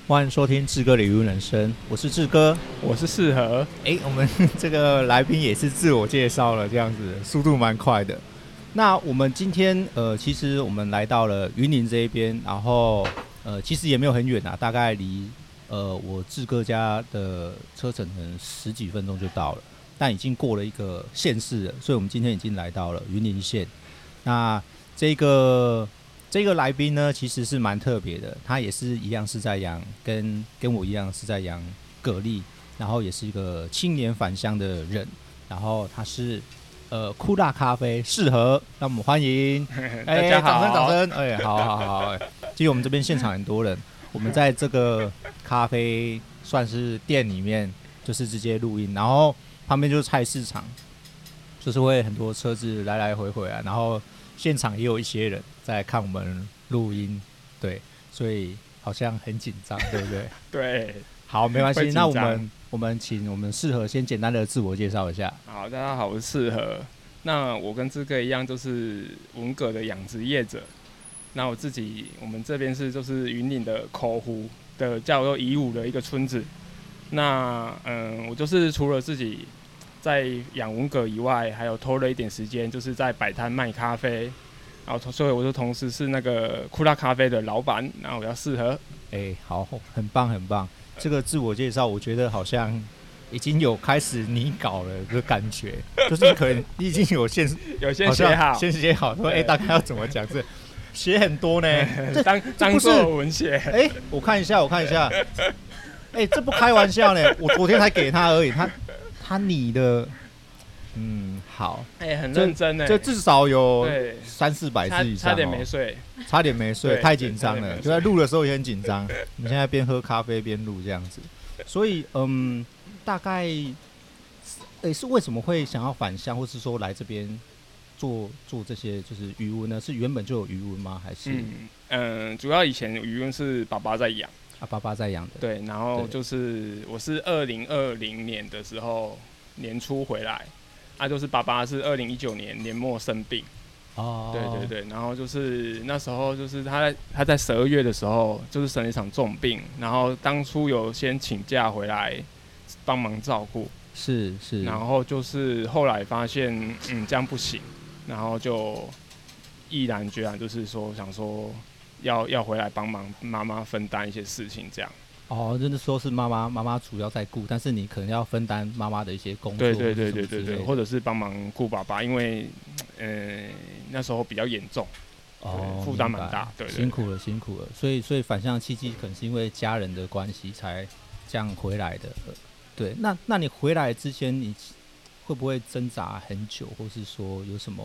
欢迎收听志哥的语录人生，我是志哥， 我是适合。 我们这个来宾也是自我介绍了，这样子速度蛮快的。那我们今天其实我们来到了云林这一边，然后其实也没有很远啊，大概离我志哥家的车程可能10几分钟就到了，但已经过了一个县市了，所以我们今天已经来到了云林县。那这个来宾呢，其实是蛮特别的，他也是一样是在养，跟我一样是在养蛤蜊，然后也是一个青年返乡的人，然后他是酷辣咖啡适合，让我们欢迎， 大家好， 掌声，好，其实我们这边现场很多人，我们在这个咖啡算是店里面，就是直接录音，然后旁边就是菜市场，就是会很多车子来来回回啊，然后现场也有一些人在看我们录音，对，所以好像很紧张，对不对？ 对， 好，没关系。那我们请我们适合先简单的自我介绍一下。 好，大家好，我是适合。那我跟志哥一样，都是文蛤的养殖业者。那我们这边就是云林的口湖的叫做乙武的一个村子。那我就是除了自己在养文蛤以外，还有偷了一点时间，就是在摆摊卖咖啡。然后，所以我就同时是那个酷辣咖啡的老板，然后我要适合。 好，很棒，很棒。这个自我介绍，我觉得好像已经有开始拟稿了的感觉，就是可能你已经有先写好，说大概要怎么讲，这写很多呢， 当做文写。 我看一下，这不开玩笑呢，我昨天才给他而已，他拟的。好， 很认真呢， 这至少有300-400字以上，差点没睡，太紧张了，就在录的时候也很紧张。你现在边喝咖啡边录这样子，所以大概是为什么会想要返乡，或是说来这边做这些就是渔温呢？是原本就有渔温吗？还是主要以前渔温是爸爸在养啊，爸爸在养的。对， 然后就是我是2020年的时候年初回来。就是爸爸是2019年年末生病，对，然后就是那时候就是他在12月的时候就是生了一场重病，然后当初有先请假回来帮忙照顾， 是， 然后就是后来发现这样不行，然后就毅然决然就是说想说要回来帮忙妈妈分担一些事情这样。 那时候是妈妈主要在顾，但是你可能要分担妈妈的一些工作， 对，或者是帮忙顾爸爸，因为那时候比较严重，负担蛮大，对， 辛苦了，所以返乡的契机可能是因为家人的关系才这样回来的，对。那你回来之前，你会不会挣扎很久，或是说有什么？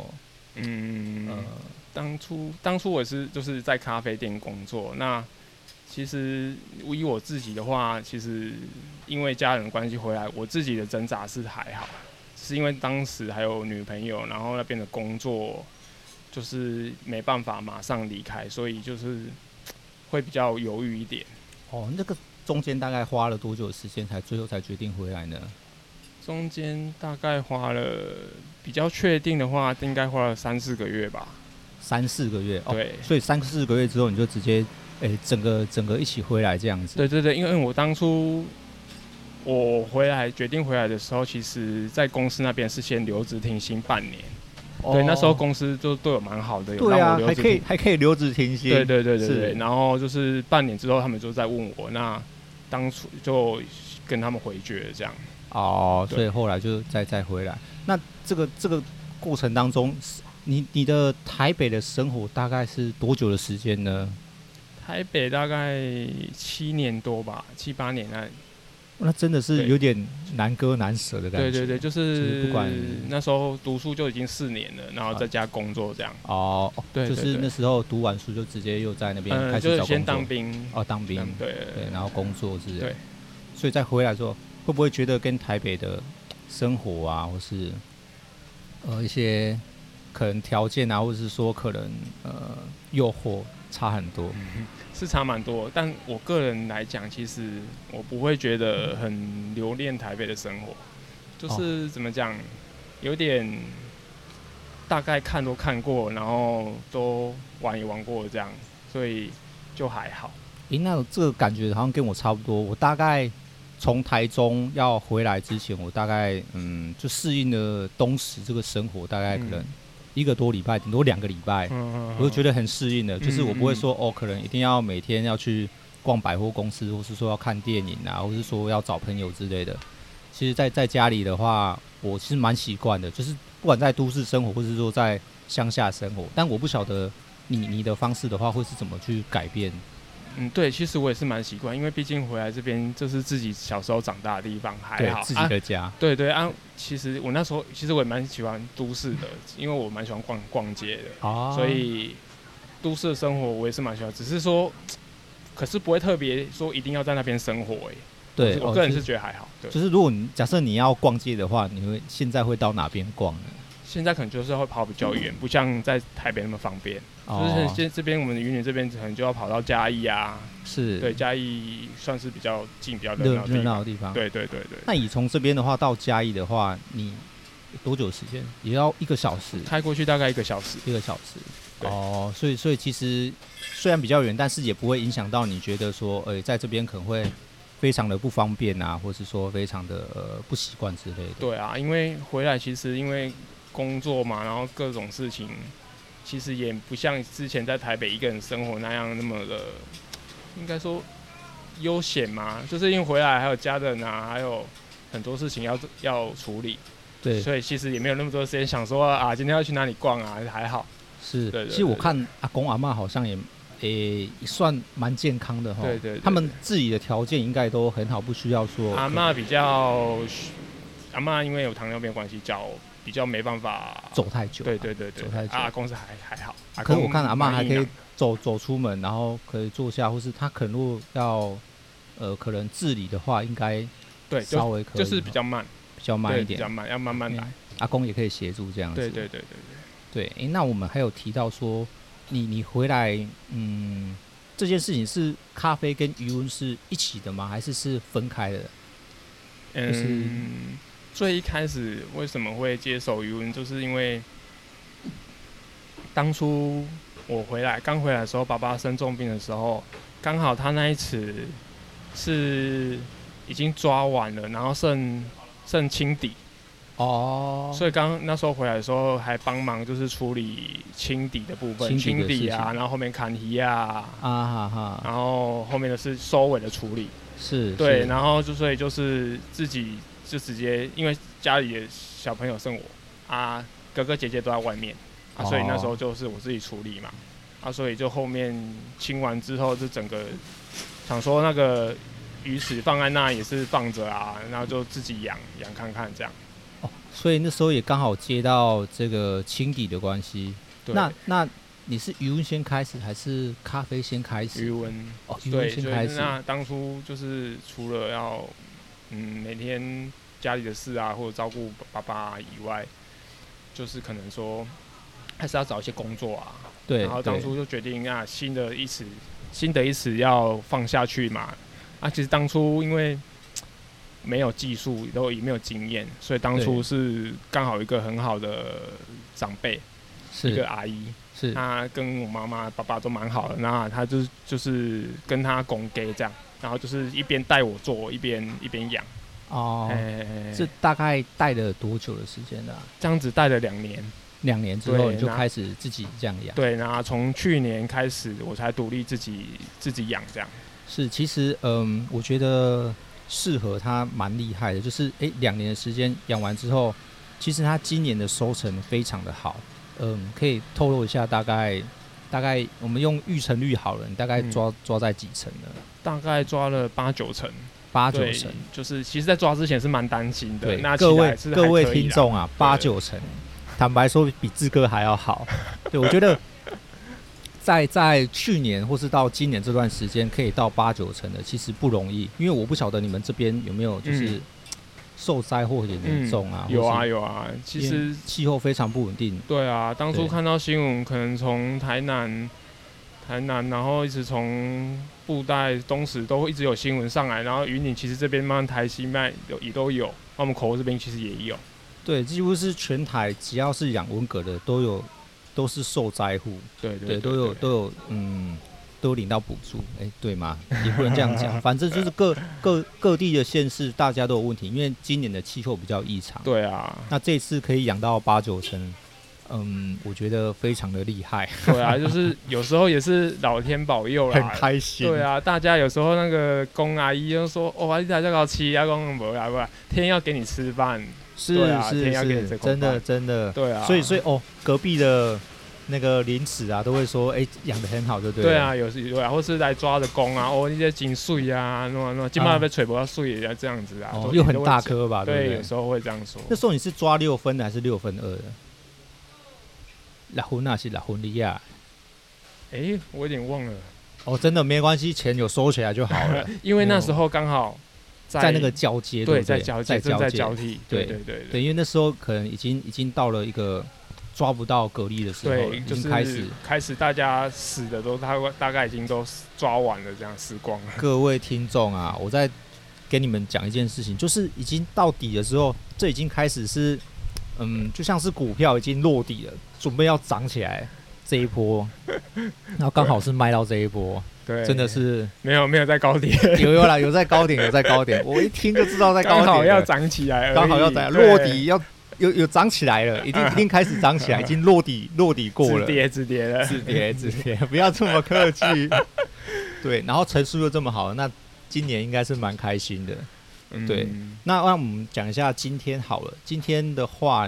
当初我是就是在咖啡店工作，那。其实以我自己的话，其实因为家人关系回来，我自己的挣扎是还好，是因为当时还有女朋友，然后那边的工作就是没办法马上离开，所以就是会比较犹豫一点。 那个中间大概花了多久的时间最后才决定回来呢？ 中间大概花了比较确定的话，应该花了3-4个月吧。 3-4个月， 对， 所以3-4个月之后你就直接。整个一起回来这样子。 对，因为我当初我决定回来的时候，其实在公司那边是先留职停薪半年。对，那时候公司就对我蛮好的，有让我留职还可以留职停薪。 对。然后就是半年之后，他们就在问我，那当初就跟他们回绝了这样。 所以后来就再回来。那这个过程当中，你的台北的生活大概是多久的时间呢？ 台北大概7年多吧，7-8年那真的是有点难割难舍的感觉。 对，就是不管那时候读书就已经4年了，然后在家工作这样。 对，就是那时候读完书就直接又在那边开始找工作。 就是先当兵。 当兵。对，然后工作之类的。 对。 所以再回来之后，会不会觉得跟台北的生活啊，或是一些可能条件啊，或者是说可能诱惑差很多？ 是差蛮多，但我个人来讲，其实我不会觉得很留恋台北的生活，就是怎么讲，有点大概看都看过，然后都玩也玩过这样，所以就还好。 那这个感觉好像跟我差不多。我大概从台中要回来之前，我大概就适应了东石这个生活，大概可能1个多礼拜，顶多2个礼拜，我就觉得很适应了。就是我不会说可能一定要每天要去逛百货公司，或是说要看电影啊，或是说要找朋友之类的。其实在家里的话，我其实蛮习惯的，就是不管在都市生活，或是说在乡下生活，但我不晓得你的方式的话会是怎么去改变。 对，其实我也是蛮习惯，因为毕竟回来这边就是自己小时候长大的地方，还好对自己的家。 对其实我那时候其实我也蛮喜欢都市的，因为我蛮喜欢逛街的，所以都市的生活我也是蛮喜欢，只是说，可是不会特别说一定要在那边生活对， 我个人是觉得还好。对， 就是如果假设你要逛街的话，现在会到哪边逛呢？ 现在可能就是会跑比较远，不像在台北那么方便。就是这边我们云林这边可能就要跑到嘉义啊， 是对，嘉义算是比较近、比较热闹的地方。 对。 那你从这边的话到嘉义的话，你多久时间？也要1个小时？ 开过去大概1个小时。 1个小时。所以其实虽然比较远，但是也不会影响到你觉得说，在这边可能会非常的不方便啊，或是说非常的不习惯之类的。 对啊，因为回来其实因为工作嘛，然后各种事情，其实也不像之前在台北一个人生活那样那么的，应该说悠闲嘛。就是因为回来还有家人啊，还有很多事情要处理， 对， 所以其实也没有那么多时间想说今天要去哪里逛啊，还好。 是，对，其实我看阿公阿嬷好像也算蛮健康的哈。对，他们自己的条件应该都很好，不需要说。 阿嬷因为有糖尿病关系，脚比较没办法走太久。对， 走太久。阿公是还好。 可是我看阿嬷还可以走出门，然后可以坐下，或是他可能如果要可能自理的话，应该对稍微可以， 就是比较慢一点， 比较慢，要慢慢来。 阿公也可以协助这样子。对，那我们还有提到说，你回来，这件事情是咖啡跟渔温是一起的吗？还是分开的？ 最一开始为什么会接手渔温，就是因为当初我刚回来的时候，爸爸生重病的时候，刚好他那一次是已经抓完了，然后剩清底。所以那时候回来的时候还帮忙，就是处理清底的部分，清底啊，然后后面砍鱼啊，然后后面的是收尾的处理，对，然后所以就是自己就直接，因为家里的小朋友剩我哥哥姐姐都在外面所以那时候就是我自己处理嘛所以就后面清完之后，就整个想说那个鱼池放在那也是放着然后就自己养看看这样。 所以那时候也刚好接到这个清底的关系。那你是渔温先开始，还是咖啡先开始？ 渔温先开始。那当初就是除了要每天家里的事或者照顾爸爸以外，就是可能说还是要找一些工作对。然后当初就决定新的一池要放下去嘛。其实当初因为没有技术，也没有经验，所以当初是刚好一个很好的长辈，一个阿姨，她跟我妈妈、爸爸都蛮好的，那她就是跟她公给这样，然后就是一边带我做，一边养。 这大概带了多久的时间呢？ 这样子带了2年。 2年之后你就开始自己这样养？对， 然后从去年开始我才独立自己养这样。 是，其实我觉得适合他蛮厉害的，就是2年的时间养完之后，其实他今年的收成非常的好。可以透露一下大概我们用育成率好了，你大概抓在几成呢？ 大概抓了8-9成。 8-9成， 就是其实在抓之前是蛮担心的。 对， 那各位听众8-9成，坦白说比志哥还要好。对，我觉得在去年或是到今年这段时间可以到8-9成的，其实不容易。因为我不晓得你们这边有没有就是受灾祸也严重有啊，其实气候非常不稳定。 对啊，当初看到新闻，可能从台南，然后一直从布袋、东石都一直有新闻上来，然后云林其实这边慢慢台西卖也都有，我们口湖这边其实也有。 对，几乎是全台只要是养文蛤的都是受灾户。 对， 都有都领到补助，对吗？也不能这样讲，反正就是各地的县市大家都有问题，因为今年的气候比较异常。 对啊， 那这次可以养到8-9成，我觉得非常的厉害。 对啊，就是有时候也是老天保佑啦， 很开心。 对啊，大家有时候那个公阿姨就说：“哦，你大家搞吃啊，公不来不来，天要给你吃饭。” 是对啊，天要给你是， 这口饭真的。 对啊， 所以隔壁的那个邻居啊，都会说：“养得很好，对不对？” 对啊，对啊，或是来抓的公啊，你这真水啊，那今晚被吹不到水也这样子啊， 又很大颗吧？ 对， 对， 有时候会这样说。 那时候你是抓6分的还是6分2的？老婚那是老婚利亚。 我有点忘了。 真的没关系，钱有收起来就好了。 因为那时候刚好在那个交接， 对， 在交接，正在交替，对， 因为那时候可能已经到了一个抓不到蛤蜊的时候， 对，就是开始大家死的都大概已经都抓完了，这样死光了。 各位听众啊，我再跟你们讲一件事情，就是已经到底的时候，这已经开始是，就像是股票已经落底了，准备要涨起来这一波，然后刚好是卖到这一波。 对， 真的是没有在高点， 有啦，有在高点，有在高点。我一听就知道在高点， 刚好要涨起来， 刚好要涨，落底要有涨起来了，一定开始涨起来，已经落底过了， 止跌了， 止跌，不要这么客气。对，然后成数又这么好，那今年应该是蛮开心的。对，那让我们讲一下今天好了。今天的话，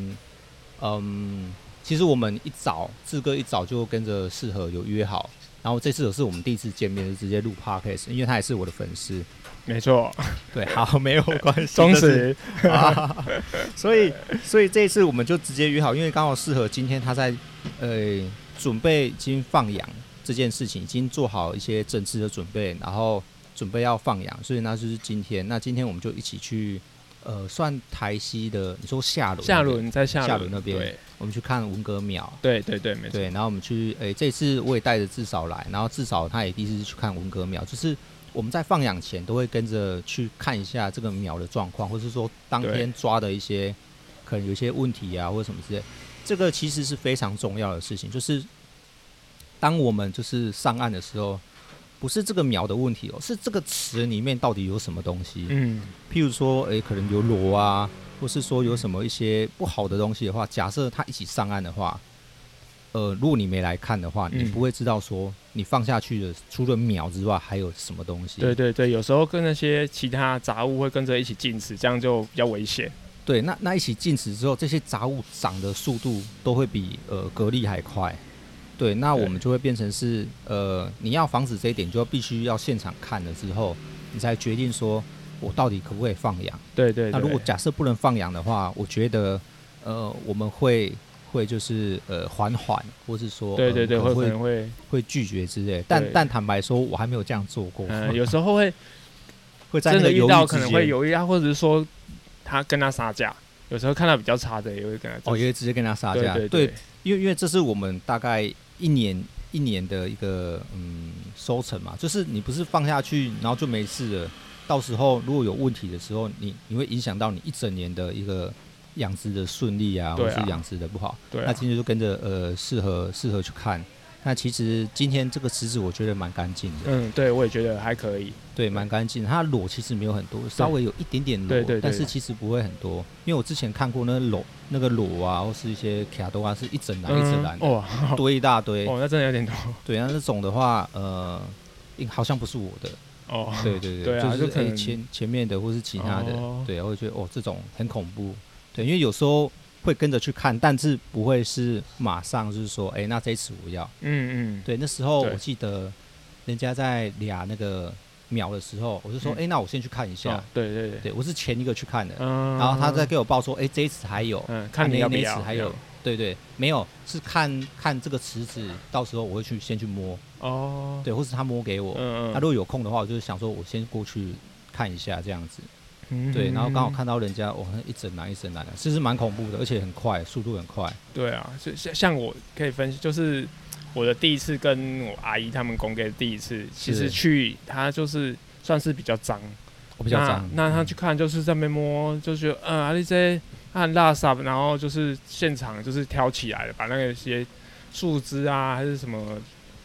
其实我们志哥一早就跟着适合有约好。然后这次也是我们第一次见面，就直接录 podcast， 因为他也是我的粉丝。 没错， 对，好，没有关系， 忠实。 所以这一次我们就直接约好，因为刚好适合今天他在准备已经放养这件事情，已经做好一些正式的准备，然后准备要放养，所以那就是今天。那今天我们就一起去算台西的，你说下轮在下轮那边，对，我们去看文革庙， 对，没错。 对，然后我们去，这次我也带着至少来，然后至少他也第一次去看文革庙，就是我们在放养前都会跟着去看一下这个苗的状况，或是说当天抓的一些可能有一些问题啊，或者什么之类，这个其实是非常重要的事情，就是当我们就是上岸的时候。不是这个苗的问题是这个池里面到底有什么东西。譬如说，可能有螺啊，或是说有什么一些不好的东西的话，假设它一起上岸的话，如果你没来看的话，你不会知道说你放下去的除了苗之外还有什么东西。 对，有时候跟那些其他杂物会跟着一起进池，这样就比较危险。 对，那一起进池之后，这些杂物长的速度都会比蛤蜊还快。对，那我们就会变成是你要防止这一点，就必须要现场看了之后，你才决定说我到底可不可以放养。 对， 那如果假设不能放养的话，我觉得我们会就是缓，或是说对，可能会拒绝之类。但坦白说，我还没有这样做过。 有时候会在那个犹豫之间， 真的遇到可能会犹豫啊，或者是说他跟他杀价。有时候看到比较差的，也会跟他也会直接跟他杀价。对，因为这是我们大概一年的一个收成嘛，就是你不是放下去然后就没事了，到时候如果有问题的时候，你会影响到你一整年的一个养殖的顺利啊，或是养殖的不好。那今天就跟着适合去看。那其实今天这个池子我觉得蛮干净的。 对，我也觉得还可以。 对，蛮干净的。它的螺其实没有很多，稍微有一点点螺，但是其实不会很多。因为我之前看过那个螺啊，或是一些卡多啊，是一整篮堆一大堆。 那真的有点多。 对，那种的话，好像不是我的。对，就是前面的或是其他的。对，我会觉得这种很恐怖。对，因为有时候会跟着去看，但是不会是马上就是说，那这一次我要。对，那时候我记得人家在俩那个苗的时候，我就说，那我先去看一下。对，我是前一个去看的，然后他再给我报说，这一池还有， 看你要不要， 那池还有。对，没有，是看这个池子，到时候我会先去摸。对，或是他摸给我。他如果有空的话，我就想说我先过去看一下这样子。对，然后刚好看到人家一整篮的，其实蛮恐怖的，而且很快，速度很快。 对啊，像我可以分析，就是我的第一次跟我阿姨他们公给的第一次，其实去他就是算是比较脏， 比较脏。 那他去看就是在那边摸，就觉得你这很垃圾，然后就是现场就是挑起来了，把那个些树枝啊还是什么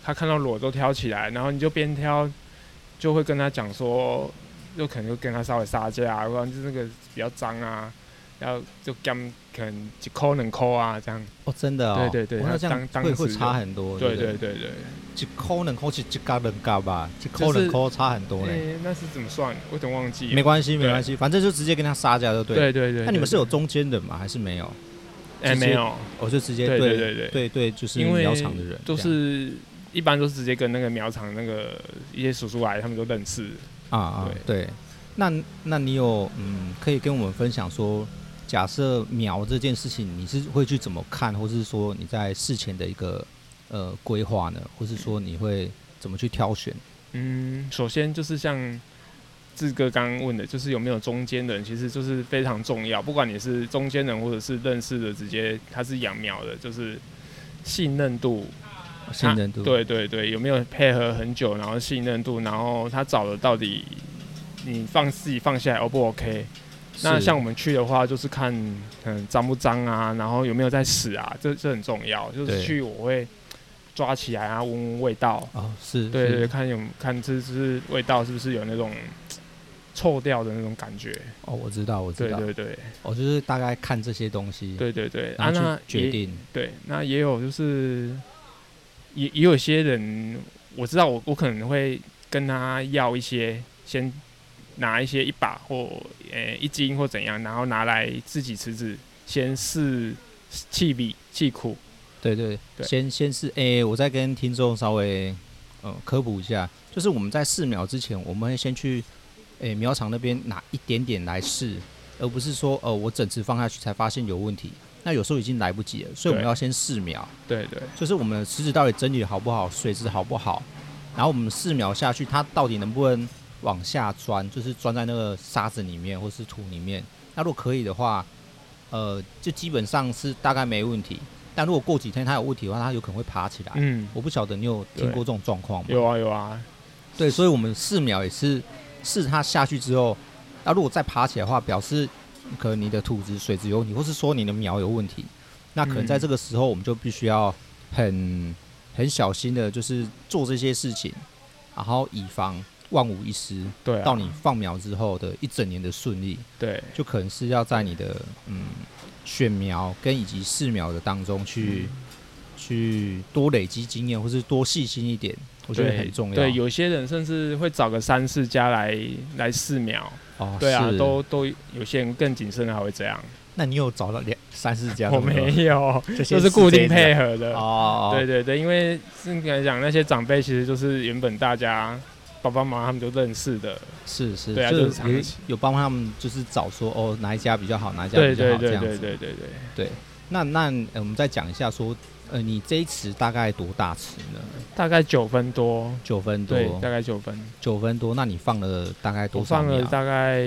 他看到螺都挑起来，然后你就边挑，就会跟他讲说，就可能就跟他稍微杀价啊，不然就那个比较脏啊，然后就减可能1块2块啊这样。 哦，真的哦。 对对对， 那这样会差很多。 对对对对。 1块2块是1角2角吧，1块2块差很多嘞。 那是怎么算？我有点忘记了。 没关系没关系，反正就直接跟他杀价就对了。 对对对。 那你们是有中间人吗？还是没有？ 没有。 我就直接对，就是苗场的人， 都是一般都是直接跟那个苗场那个一些叔叔来，他们都认识啊。对。那你有可以跟我们分享说，假设苗这件事情，你是会去怎么看，或是说你在事前的一个规划呢，或是说你会怎么去挑选？ 首先就是像志哥刚刚问的，就是有没有中间人，其实就是非常重要。不管你是中间人，或者是认识的，直接他是养苗的，就是信任度。对对对，有没有配合很久，然后信任度，然后他找的到底你自己放下来 O 不 OK？ 那像我们去的话，就是看脏不脏啊，然后有没有在死啊，这很重要。就是去我会抓起来啊，闻闻味道。 哦，是。 对对，看这是味道是不是有那种臭掉的那种感觉。 哦，我知道。 对对对。 就是大概看这些东西。 对对对。 然后去决定。 对，那也有就是也有些人，我知道我可能会跟他要一些，先拿一些1把或1斤或怎样，然后拿来自己池子先试气比气苦。对对对， 先是我再跟听众稍微科普一下，就是我们在试苗之前，我们会先去苗场那边拿一点点来试，而不是说我整池放下去才发现有问题，那有时候已经来不及了，所以我们要先试苗。 对对， 就是我们的池子到底整理好不好，水质好不好，然后我们试苗下去，它到底能不能往下钻，就是钻在那个沙子里面或是土里面。那如果可以的话，就基本上是大概没问题。但如果过几天它有问题的话，它有可能会爬起来。我不晓得你有听过这种状况吗？ 有啊有啊。对， 所以我们试苗也是试它下去之后，那如果再爬起来的话，表示可能你的土质、水质有问题，或是说你的苗有问题。那可能在这个时候，我们就必须要很小心的，就是做这些事情，然后以防万无一失。 对、啊， 到你放苗之后的一整年的顺利。 对， 就可能是要在你的选苗跟以及试苗的当中去多累积经验，或是多细心一点，我觉得很重要。 对，有些人甚至会找个3、4家来试苗。 哦， 对啊，都有些人更谨慎的还会这样。 那你有找到3、4家？ 我没有，就是固定配合的。 哦， 对对对，因为是来讲那些长辈其实就是原本大家爸爸妈妈他们就认识的。 是， 对啊，就是有帮他们就是找说哪一家比较好，哪一家比较好这样子。对。那我们再讲一下说，你这一池大概多大池呢？ 大概9分多。9 分多。 对，大概9分。9 分多，那你放了大概多少苗？ 我放了大概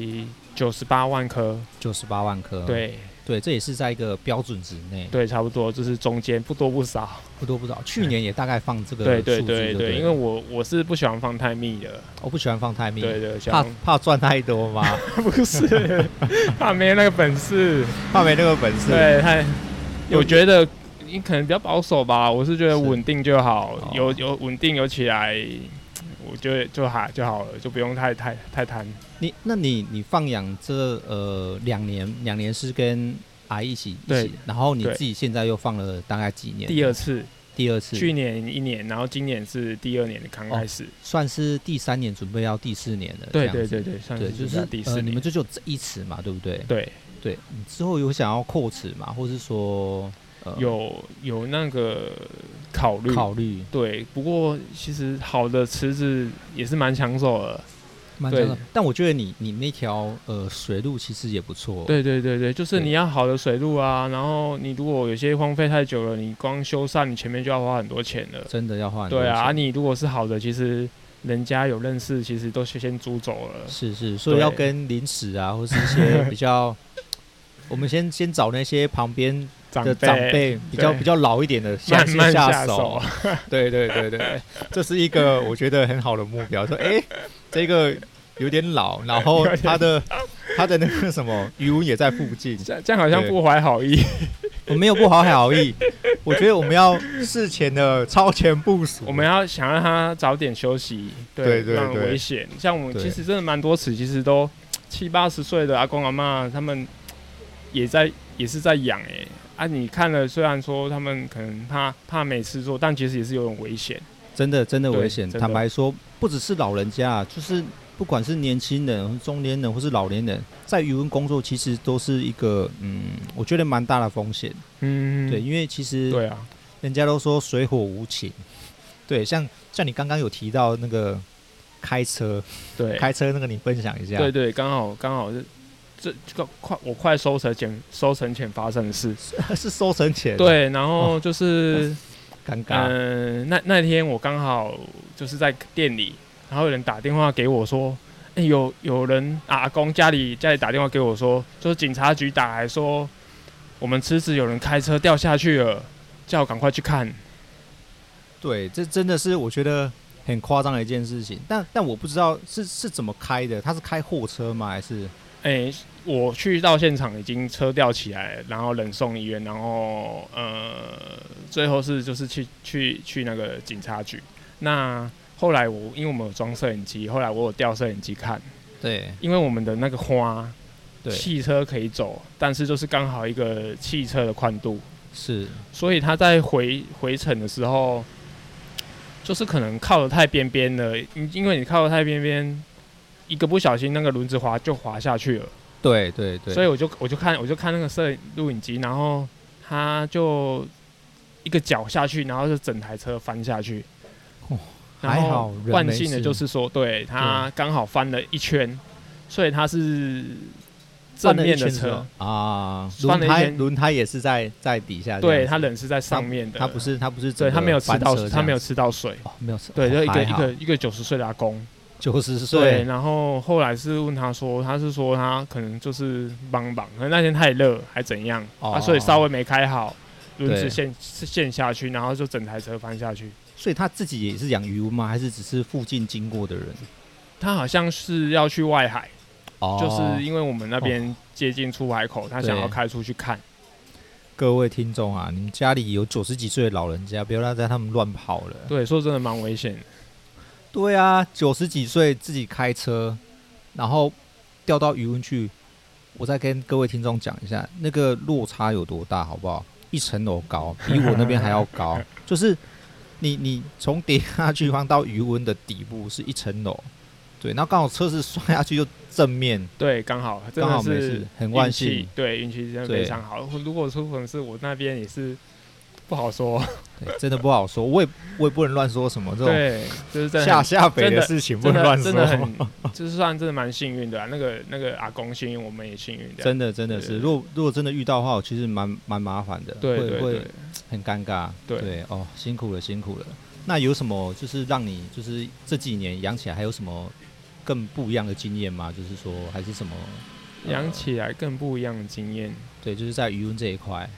98万颗。 98万颗。对，这也是在一个标准值内。 对，差不多就是中间不多不少。 去年也大概放这个数字。 对，因为我是不喜欢放太密的。 我不喜欢放太密。 对， 怕赚太多吗？ 不是，怕没那个本事。对，我觉得你可能比较保守吧。我是觉得稳定就好，有稳定有起来，我觉得就好了，就不用太贪。 你放养这2年是跟阿姨一起，然后你自己现在又放了大概几年？ 第二次，去年1年，然后今年是第2年的刚开始， 算是第3年准备要第4年了。 对，算是就是第4年。 你们就这一池嘛，对不对？ 对， 你之后有想要扩池嘛，或是说有那个考虑。对，不过其实好的池子也是蛮抢手的。 对，但我觉得你那条水路其实也不错。 对，就是你要好的水路啊，然后你如果有些荒废太久了，你光修缮，你前面就要花很多钱了。 真的要花很多钱。 对啊，你如果是好的，其实人家有认识，其实都先租走了。 是，所以要跟临时啊，或是一些比较，我们先找那些旁边的长辈比较老一点的，先下手。对，这是一个我觉得很好的目标。说这个有点老，然后他的那个什么余温也在附近， 这样好像不怀好意。 我没有不怀好意， 我觉得我们要事前的超前部署， 我们要想让他早点休息，对，让危险。像我们其实真的蛮多次，其实都70-80岁的阿公阿嬷，他们也是在养你看了，虽然说他们可能怕没事做，但其实也是有点危险。真的危险。坦白说，不只是老人家，就是不管是年轻人、中年人或是老年人，在渔温工作其实都是一个我觉得蛮大的风险。对，因为其实对啊， 人家都说水火无情。对，像你刚刚有提到那个开车，对，开车那个你分享一下。 对，刚好是这个快收成前发生的事， 是收成前。对， 然后就是尴尬。 那天我刚好就是在店里，然后有人打电话给我说，有人阿公家里打电话给我说，就是警察局打来说，我们池子有人开车掉下去了，叫我赶快去看。 对，这真的是我觉得很夸张的一件事情。但我不知道是怎么开的，他是开货车吗？还是？ 我去到现场已经车吊起来，然后人送医院，然后最后是就是去那个警察局。那后来因为我们有装摄影机，后来我有调摄影机看。 对， 因为我们的那个花，汽车可以走，但是就是刚好一个汽车的宽度， 是， 所以他在回程的时候，就是可能靠得太边边了，因为你靠得太边边。一个不小心，那个轮子就滑下去了。 对， 所以我就看那个录影机，然后他就一个脚下去，然后就整台车翻下去。 还好， 万幸的就是说，对，他刚好翻了一圈，所以他是正面的车啊，轮胎也是在底下。 对，他人是在上面的， 他不是， 对，他没有吃到水， 没有吃。 对，就一个90岁的阿公。 90岁， 对，然后后来是问他说，他可能就是帮，可能那天太热还怎样所以稍微没开好，轮子陷下去，然后就整台车翻下去。 所以他自己也是养鱼吗？还是只是附近经过的人？ 他好像是要去外海，就是因为我们那边接近出海口，他想要开出去看。 各位听众啊，你们家里有90几岁的老人家，不要让他们乱跑了。 对，说真的蛮危险的。 对啊，90几岁自己开车，然后掉到渔温去，我再跟各位听众讲一下，那个落差有多大，好不好？1层楼高，比我那边还要高。就是你从跌下去方到渔温的底部是1层楼，对，然后刚好车子摔下去就正面， 对，刚好没事， 很万幸， 对，运气真的非常好。如果说可能是我那边也是。不好说， 对，真的不好说。我也不能乱说什么这种， 对，就是真的下北的事情不能乱说。 真的就是算真的蛮幸运的那个阿公幸运，我们也幸运。 真的是，如果真的遇到的话，其实蛮麻烦的，会很尴尬。对哦，辛苦了。那有什么就是让你就是这几年养起来还有什么更不一样的经验吗？就是说还是什么养起来更不一样的经验？ 对，就是在渔温这一块。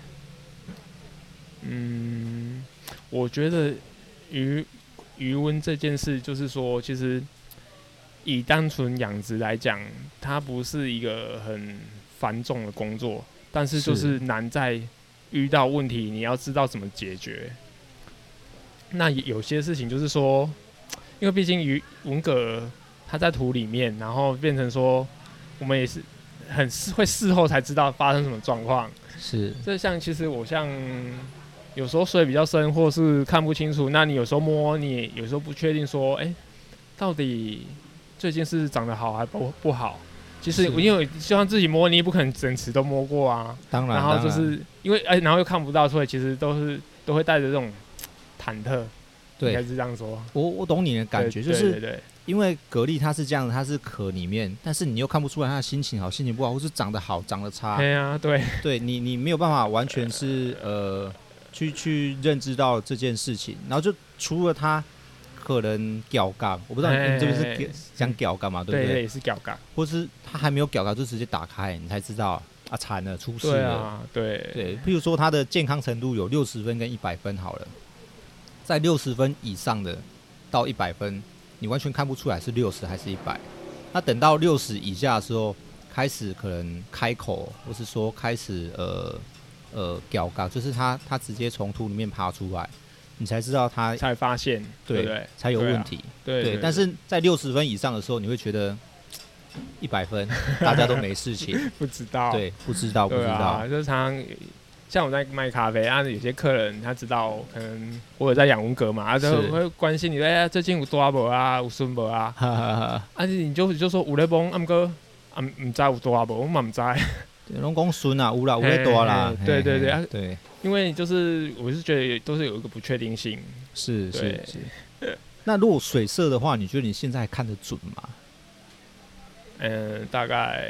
我觉得渔温这件事，就是说，其实以单纯养殖来讲，它不是一个很繁重的工作，但是就是难在遇到问题，你要知道怎么解决。那有些事情就是说，因为毕竟文蛤它在土里面，然后变成说，我们也是会事后才知道发生什么状况。 是， 这其实我有时候水比较深，或是看不清楚，那你有时候摸，你有时候不确定说，到底最近是长得好还不好？其实因为就算自己摸，你也不可能整池都摸过啊。 当然。 然后就是因为然后又看不到，所以其实都会带着这种忐忑。对，应该是这样说。 我懂你的感觉，就是对， 因为蛤蜊它是这样的，它是壳里面，但是你又看不出来它的心情好、心情不好，或是长得好、长得差。 对啊，对。 对你没有办法完全是去认知到这件事情，然后就除了它可能屌杠，我不知道你这边是讲屌杠嘛，对不对？ 对，也是屌杠， 或是它还没有屌杠就直接打开，你才知道啊惨了，出事了。 对啊，对。 譬如说它的健康程度有60分跟100分好了，在60分以上的到100分，你完全看不出来是60还是100。那等到60以下的时候，开始可能开口，或是说开始屌嘎，就是它直接从土里面爬出来，你才知道它才发现，对不对？ 才有问题。对，但是在60分以上的时候，你会觉得100分，大家都没事情， 不知道， 对，不知道， 就是常常像我在卖咖啡啊，有些客人他知道可能我有在养文蛤嘛，他就会关心你，最近有大无啊，有孙无啊，啊你就说有咧摸，不过唔知有大无，我嘛唔知。 拢讲孙啊，有啦，有咧大啦， 对，因为就是我是觉得都是有一个不确定性， 是。那如果水色的话，你觉得你现在看得准吗？ 大概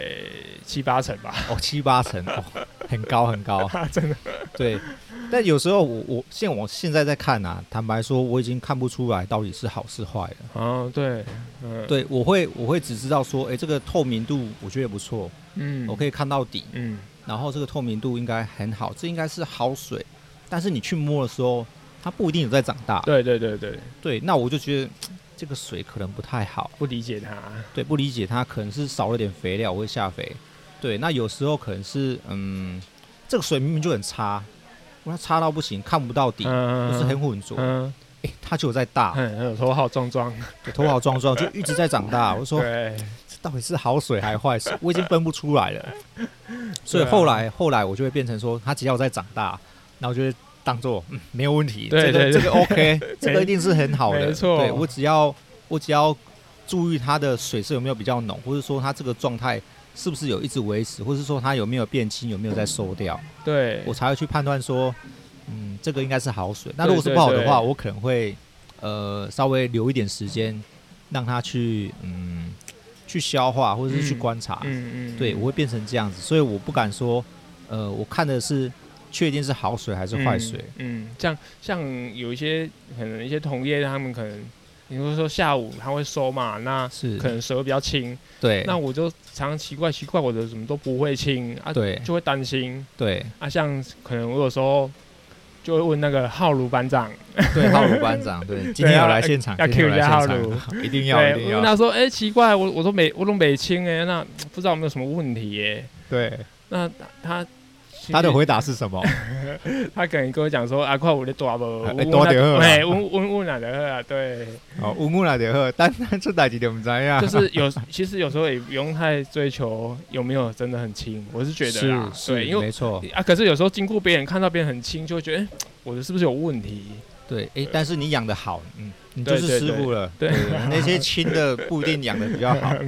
7、8成吧。 7、8成，很高， 真的。 对，但有时候我现在在看啊，坦白说，我已经看不出来到底是好是坏了。 哦，对， 对，我会只知道说，这个透明度我觉得不错，我可以看到底，然后这个透明度应该很好，这应该是好水。但是你去摸的时候，它不一定有在长大。对，那我就觉得这个水可能不太好， 不理解它。对， 不理解它，可能是少了点肥料，我会下肥。对，那有时候可能是这个水明明就很差，它差到不行，看不到底，不是很浑浊，它就有在大， 头好壮壮， 头好壮壮，就一直在长大。我说，这到底是好水还是坏水？我已经分不出来了。所以后来我就会变成说，它只要在长大，然后就会当做没有问题，这个 OK， 这个一定是很好的。 没错， 对，我只要注意它的水色有没有比较浓，或者说它这个状态是不是有一直维持，或是说它有没有变轻，有没有在收掉， 对， 我才会去判断说，这个应该是好水。那如果是不好的话，我可能会稍微留一点时间，让它去消化，或者是去观察。对，我会变成这样子，所以我不敢说，我看的是确定是好水还是坏水。 像有一些可能一些同业，他们可能你会说下午他会收嘛，那可能水会比较清。 对， 那我就常常奇怪，我的怎么都不会清啊？ 对， 就会担心。 对啊，像可能我有时候就会问那个浩如班长。 对，浩如班长，对，今天有来现场， 要 Q 一下浩如， 一定要。 我问他说，奇怪，我都没清那不知道有没有什么问题耶？ 对， 那他的回答是什么？ 他可能跟我讲说，快有咧大无？ 大就好啦， 温啦就好啦，对。 温啦就好，但出代志就不知呀。 就是其实有时候也不用太追求有没有真的很轻，我是觉得啦，对，因为没错啊。可是有时候经过别人看到别人很轻，就会觉得，我的是不是有问题？ 对，但是你养得好，你就是师傅了。对，那些轻的不一定养得比较好。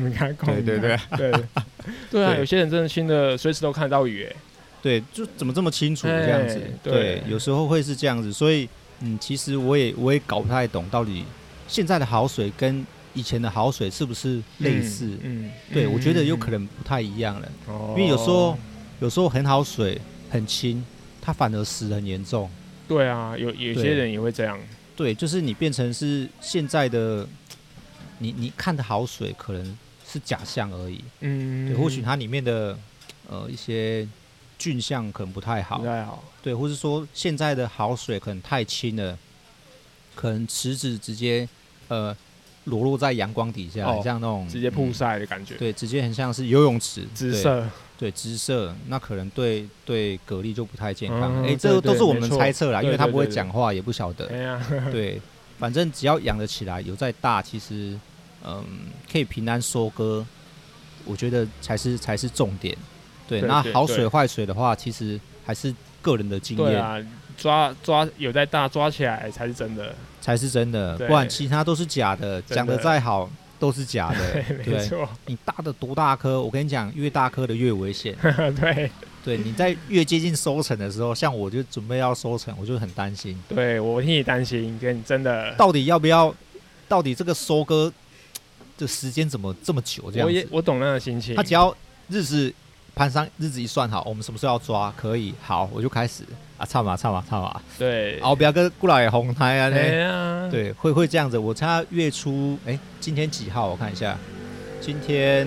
对啊，有些人真的轻的随时都看得到鱼。 对，就怎么这么清楚这样子？对，有时候会是这样子，所以其实我也搞不太懂，到底现在的好水跟以前的好水是不是类似？对，我觉得有可能不太一样了。因为有时候很好水很轻，它反而死很严重。 对啊，有些人也会这样。 对，就是你变成是现在的你看的好水可能是假象而已。对，或许它里面的一些菌相可能不太好，对，或是说现在的好水可能太轻了，可能池子直接裸露在阳光底下，像那种直接曝晒的感觉。 对，直接很像是游泳池， 直射。 对，直射，那可能对蛤蜊就不太健康。这都是我们猜测啦，因为他不会讲话，也不晓得。对，反正只要养得起来，有再大，其实可以平安收割，我觉得才是重点。对，那好水坏水的话，其实还是个人的经验。 对啊，抓有在大，抓起来才是真的， 不然其他都是假的。讲得再好都是假的。 对，没错。 你大的多大颗，我跟你讲，越大颗的越危险。 对， 你在越接近收成的时候，像我就准备要收成，我就很担心。 对，我替你担心，跟真的到底要不要？到底这个收割的时间怎么这么久？这样子， 我懂那个心情。 他只要盘上日子一算好，我们什么时候要抓？可以，好，我就开始唱嘛。 对， 不要跟过来红台啊！对，会这样子。我猜月初，今天几号？我看一下，今天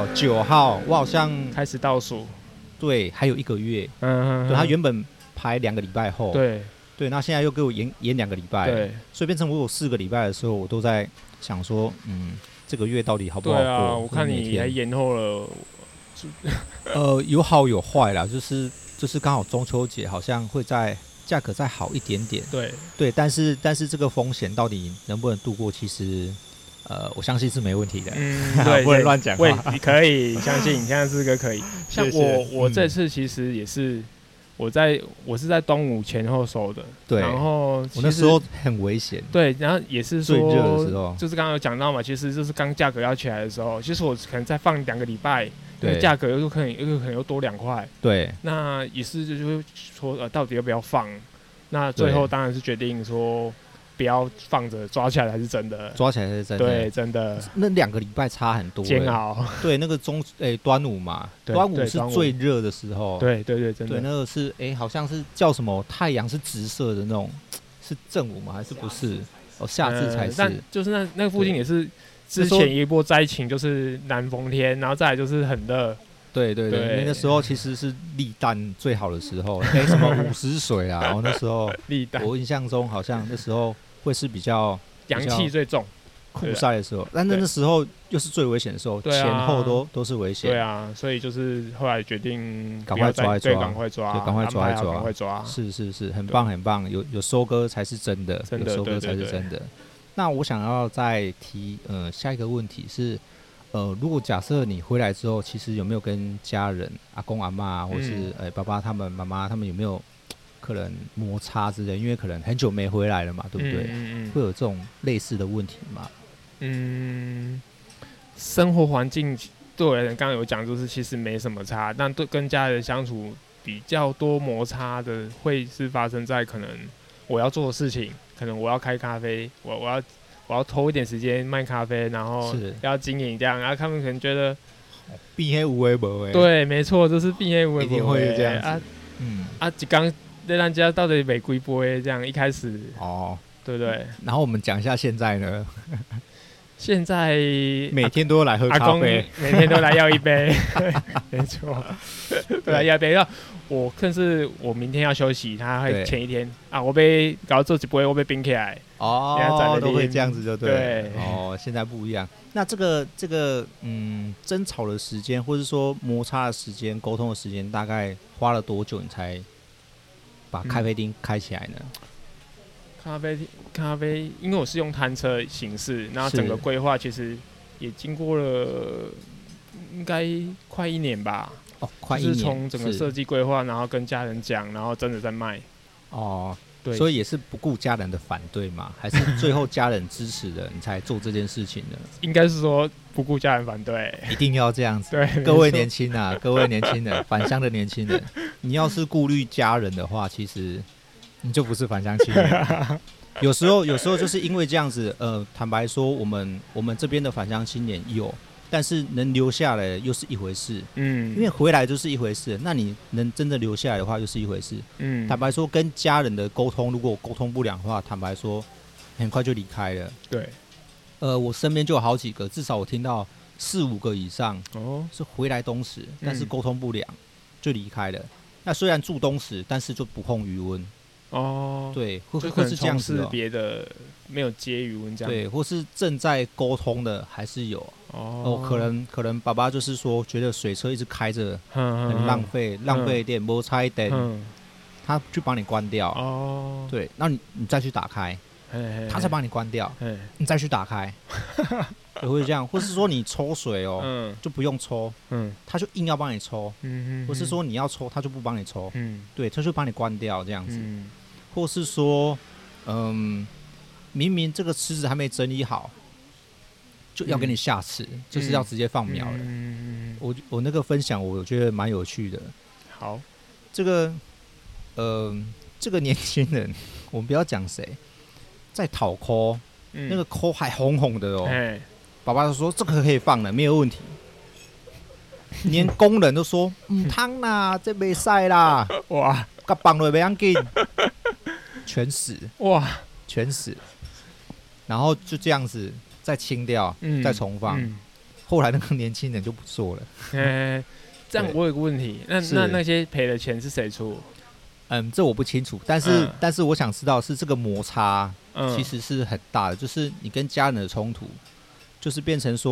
9号，我好像开始倒数。 对，还有1个月。对，他原本排2个礼拜后。对，那现在又给我延2个礼拜。对，所以变成我有4个礼拜的时候，我都在想说，这个月到底好不好过？对啊， 我看你还延后了。 有好有坏啦，就是就是刚好中秋节好像会在价格再好一点点， 对对，但是这个风险到底能不能度过，其实我相信是没问题的， 对， 不能乱讲话， 你可以相信，你现在是个可以。像我这次其实也是。我是在端午前后收的， 对， 然后我那时候很危险， 对，然后也是说最热的时候， 就是刚刚有讲到嘛，其实就是刚价格要起来的时候，其实我可能再放2个礼拜， 对， 价格有可能又多2块， 对， 那也是就是说到底要不要放？那最后当然是决定说不要放着，抓起来才是真的， 抓起来才是真的， 对，真的。 那2个礼拜差很多， 煎熬， 对，那个端午嘛，端午是最热的时候， 对，真的， 对，那个是好像是叫什么太阳是直射的那种，是正午吗？还是不是？夏至才是， 但就是那附近也是之前一波灾情，就是南风天，然后再来就是很热。 对，那个时候其实是立蛋最好的时候，什么50水啊，然后那时候立蛋， 我印象中好像那时候会是比较阳气最重、 酷晒的时候，但那时候又是最危险的时候，前后都是危险。 对啊，所以就是后来决定赶快抓一抓， 赶快抓， 赶快抓一抓， 赶快抓。 是，很棒很棒，有收割才是真的，有收割才是真的。那我想要再提下一个问题是。如果假设你回来之后，其实有没有跟家人、阿公阿嬷，或是爸爸他们、妈妈他们有没有可能摩擦之类？因为可能很久没回来了嘛，对不对？会有这种类似的问题吗？ 生活环境对我来讲，刚刚有讲，就是其实没什么差，但对跟家人相处比较多摩擦的，会是发生在可能我要做的事情，可能我要开咖啡，我要偷一点时间卖咖啡，然后要经营这样，然后他们可能觉得变黑无为不为， 对，没错，就是变黑无为不为， 一定会这样子。 一缸那人家到底没几杯这样，一开始对不对？ 然后我们讲一下现在呢， 现在每天都来喝咖啡， 每天都来要一杯，没错，对啊，要一杯。我甚至我明天要休息，他会前一天我被搞做一杯，我被冰起来。 都会这样子就对。现在不一样。那这个争吵的时间，或者说摩擦的时间、沟通的时间，大概花了多久，你才把咖啡厅开起来呢？ 咖啡，因为我是用摊车形式，然后整个规划其实也经过了应该快1年吧。 快1年， 就是从整个设计规划，然后跟家人讲，然后真的在卖。对， 所以也是不顾家人的反对嘛？还是最后家人支持的，你才做这件事情呢？ 应该是说不顾家人反对， 一定要这样子。 对， 各位年轻啊，各位年轻人，返乡的年轻人，你要是顾虑家人的话，其实你就不是返乡青年。有时候就是因为这样子，坦白说，我们这边的返乡青年有。但是能留下来又是一回事，因为回来就是一回事，那你能真的留下来的话又是一回事，坦白说，跟家人的沟通，如果沟通不良的话，坦白说，很快就离开了。 对， 我身边就有好几个，至少我听到4、5个以上，是回来东石，但是沟通不良就离开了。那虽然住东石，但是就不碰渔温。对，或是这样子是别的没有接渔温这样。 对，或是正在沟通的还是有。可能爸爸就是说，觉得水车一直开着很浪费电，没拆灯，他去帮你关掉。对，那你再去打开，他再帮你关掉，你再去打开，也会这样。或是说你抽水就不用抽，他就硬要帮你抽，或是说你要抽，他就不帮你抽，对，他就帮你关掉这样子。或是说，明明这个池子还没整理好，就要给你下池，就是要直接放苗了。我那个分享，我觉得蛮有趣的。 好， 这个年轻人，我们不要讲谁，在讨抠，那个抠还红红的爸爸就说这个可以放了，没有问题。连工人都说汤啦，这没晒啦， 哇， 甲放落袂要紧。全死哇， 全死，然后就这样子再清掉，再重放。后来那个年轻人就不做了。 这样我有个问题，那些赔的钱是谁出？ 这我不清楚，但是我想知道是这个摩擦其实是很大的，就是你跟家人的冲突，就是变成说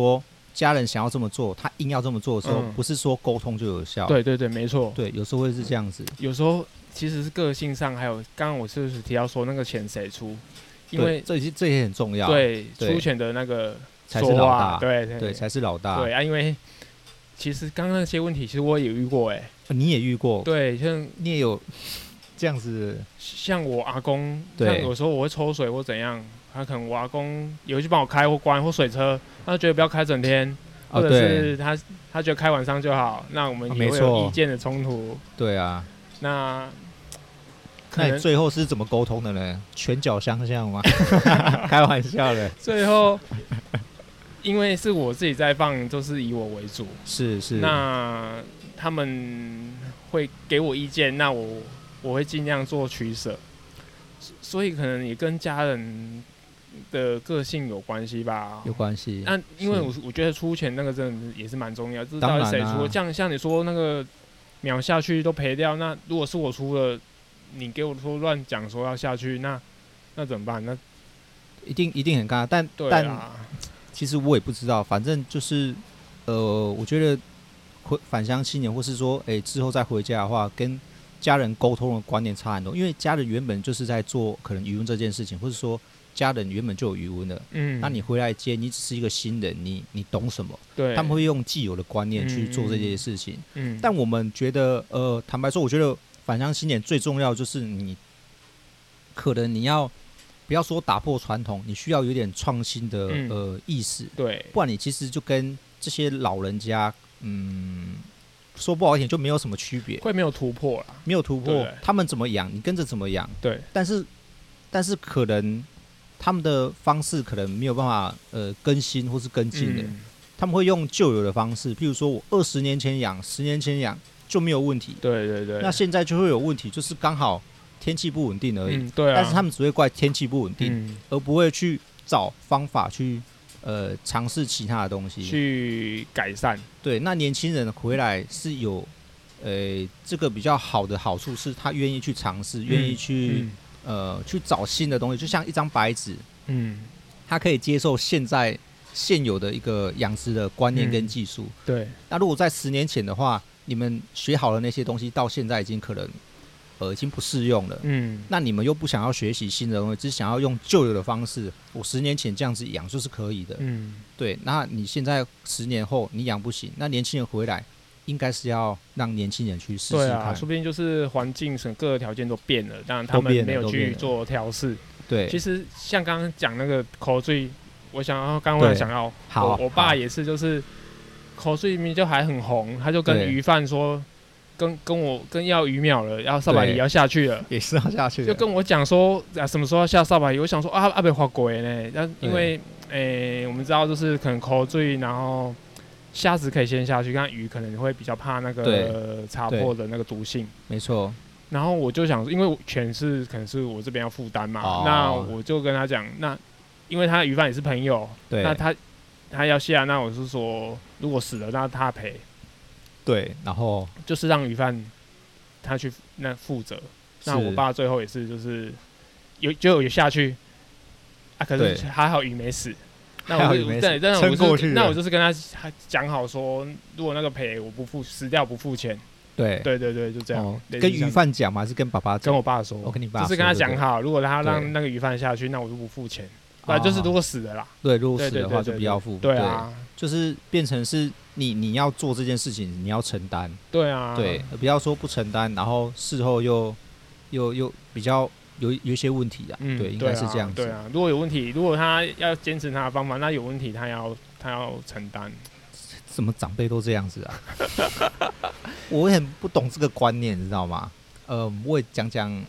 家人想要这么做，他硬要这么做的时候，不是说沟通就有效。 对对对，没错。 对，有时候会是这样子。 有时候其实是个性上，还有刚刚我是不是提到说那个钱谁出？因为这也很重要。 对，出钱的那个才是老大。 对， 才是老大。 对啊，因为其实刚刚那些问题，其实我也遇过你也遇过？ 对，像你也有这样子。 像我阿公，像有时候我会抽水或怎样，他可能我阿公也会去帮我开或关或水车，他觉得不要开整天，或者是他觉得开晚上就好，那我们也会有意见的冲突。 对啊， 那你最后是怎么沟通的呢？拳脚相向吗？开玩笑的。 最后，因为是我自己在放，就是以我为主。 是。 那他们会给我意见，那我会尽量做取舍。所以可能也跟家人的个性有关系吧。有关系。 那因为我觉得出钱那个真的也是蛮重要，就是到底谁出？像你说那个秒下去都赔掉，那如果是我出了。你给我说乱讲说要下去，那怎么办？那一定很尴尬。但其实我也不知道，反正就是我觉得返乡青年或是说之后再回家的话，跟家人沟通的观念差很多。因为家人原本就是在做可能渔翁这件事情，或是说家人原本就有渔翁的，那你回来接，你只是一个新人，你懂什么？ 对， 他们会用既有的观念去做这件事情。但我们觉得坦白说，我觉得。返乡青年最重要就是你，可能你要不要说打破传统，你需要有点创新的意识， 对， 不然你其实就跟这些老人家，说不好一点就没有什么区别， 会没有突破啦， 没有突破，他们怎么养，你跟着怎么养， 对， 但是可能他们的方式可能没有办法更新或是跟进的，他们会用旧有的方式，譬如说我20年前养，10年前养。就没有问题， 对对对。 那现在就会有问题，就是刚好天气不稳定而已。 对啊。 但是他们只会怪天气不稳定，而不会去找方法去尝试其他的东西去改善。 对，那年轻人回来是有这个比较好的好处，是他愿意去尝试，愿意去去找新的东西，就像一张白纸，他可以接受现有的一个养殖的观念跟技术。 对。 那如果在10年前的话，你们学好的那些东西，到现在已经可能已经不适用了。那你们又不想要学习新的东西，只想要用旧有的方式。我10年前这样子养就是可以的。对。那你现在10年后你养不行，那年轻人回来，应该是要让年轻人去试试看。 对啊，说不定就是环境各个条件都变了，当然他们没有去做调试。 对。 其实像刚刚讲那个口水，我想要，我爸也是，就是口水明明就还很红，他就跟鱼贩说，跟要鱼苗了，要扫把鱼要下去了， 也是要下去了， 就跟我讲说什么时候要下扫把鱼。我想说阿北划鬼呢，但因为我们知道就是可能口水，然后虾子可以先下去，看鱼可能会比较怕那个茶粕的那个毒性， 没错。 然后我就想，因为钱可能是我这边要负担嘛，那我就跟他讲，那因为他鱼贩也是朋友，那他要下，那我是说，如果死了，那他赔。 对，然后就是让鱼贩他去那负责。那我爸最后也是，就是有下去啊，可是还好鱼没死。那我就是跟他讲好说，如果那个赔我不付，死掉不付钱。对，就这样。 跟鱼贩讲吗？还是跟爸爸讲？ 跟我爸说。 我跟你爸就是跟他讲好，如果他让那个鱼贩下去，那我就不付钱。就是如果死了啦， 对，如果死的话就不要付。 对啊， 就是变成是你要做这件事情，你要承担。 对啊， 对，不要说不承担，然后事后又比较有一些问题啊。对，应该是这样子。 对啊，如果有问题，如果他要坚持他的方法，那有问题他要承担。 怎么长辈都这样子啊？我很不懂这个观念，你知道吗？我也讲，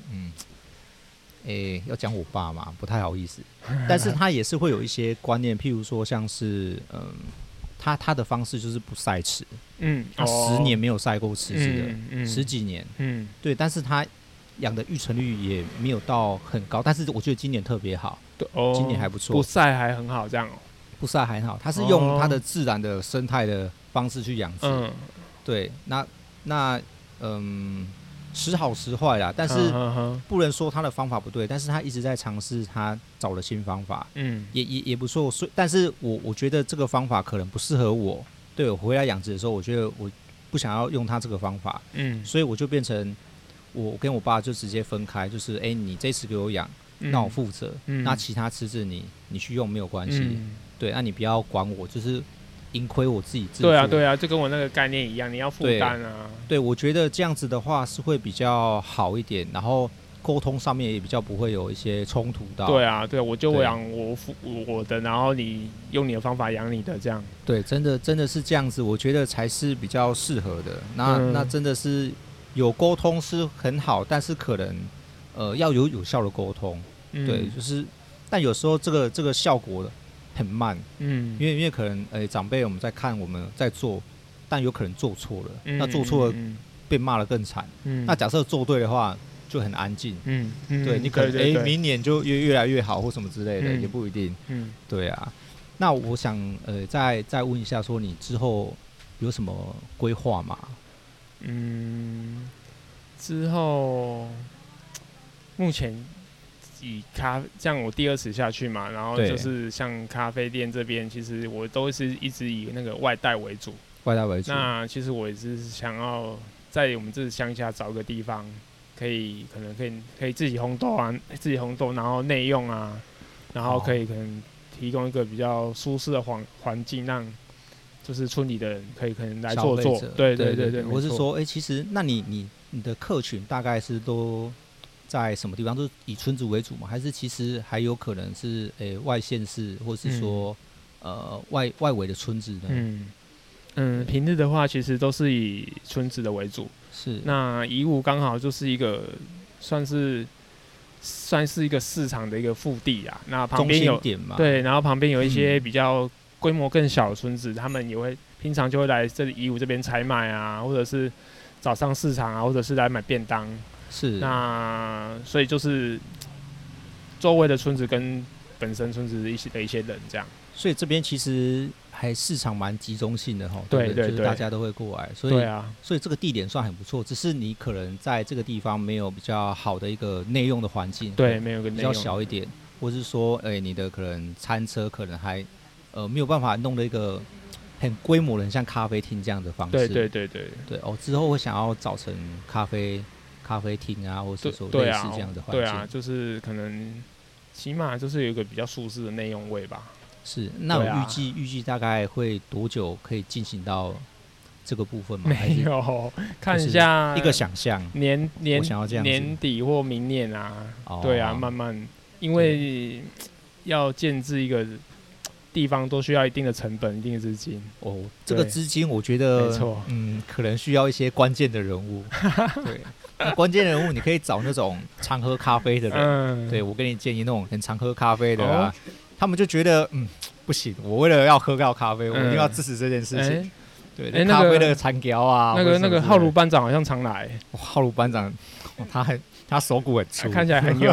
要讲我爸嘛，不太好意思。但是他也是会有一些观念，譬如说像是他的方式就是不晒池，他10年没有晒过池子的，10几年，对，但是他养的育成率也没有到很高，但是我觉得今年特别好，今年还不错， 不晒还很好，这样不晒还很好，他是用他的自然的生态的方式去养殖，对，那时好时坏啦，但是不能说他的方法不对，但是他一直在尝试他找的新方法，也不错。但是我觉得这个方法可能不适合我，对我回来养殖的时候，我觉得我不想要用他这个方法，所以我就变成我跟我爸就直接分开，就是你这次给我养，那我负责，那其他池子你去用没有关系，对，那你不要管我，就是盈亏我自己自负。 对啊，就跟我那个概念一样，你要负担啊。 对，我觉得这样子的话是会比较好一点，然后沟通上面也比较不会有一些冲突到。 对啊，我就养我的，然后你用你的方法养你的，这样。 对，真的是这样子，我觉得才是比较适合的。那真的是有沟通是很好，但是可能要有效的沟通。对，就是，但有时候这个效果很慢，因为可能长辈我们在看我们在做，但有可能做错了，那做错了被骂得更惨，那假设做对的话就很安静，对你可能明年就越来越好或什么之类的，也不一定，对啊。那我想再问一下，说你之后有什么规划吗？ 之后目前。像我第2次下去嘛，然后就是像咖啡店这边，其实我都是一直以那个外带为主。那其实我也是想要在我们这乡下找个地方，可以自己烘豆啊，然后内用啊，然后可能提供一个比较舒适的环境，让就是村里的人可能来坐。对。 我是说，其实那你的客群大概是都在什么地方？都是以村子为主吗？还是其实还有可能是外县市，或是说外围的村子呢？ 平日的话，其实都是以村子的为主。是。那宜武刚好就是一个算是一个市场的一个腹地啊。那旁边有中心点嘛？对，然后旁边有一些比较规模更小的村子，他们也会平常就会来这里宜武这边采买啊，或者是早上市场啊，或者是来买便当。是。那所以就是周围的村子跟本身村子的一些人这样。所以这边其实还市场蛮集中性的哈，对，就是大家都会过来，所以这个地点算很不错，只是你可能在这个地方没有比较好的一个内用的环境，对，没有个比较小一点，或是说你的可能餐车可能还没有办法弄的一个很规模的，像咖啡厅这样的方式，对之后会想要找成咖啡厅啊，或是说类似这样的环境，对啊，就是可能起码就是有一个比较舒适的内用味吧。是，那我预计大概会多久可以进行到这个部分吗？没有，看一下一个想象，我想要这样子年底或明年啊，对啊，慢慢，因为要建制一个地方都需要一定的成本、一定的资金。这个资金我觉得，没错，可能需要一些关键的人物。对，那关键人物你可以找那种常喝咖啡的人。对，我给你建议，那种很常喝咖啡的啊。他们就觉得不行，我为了要喝到咖啡，我一定要支持这件事情。对，咖啡的残条啊，那个浩如班长好像常来。浩如班长，他手骨很粗，看起来很有，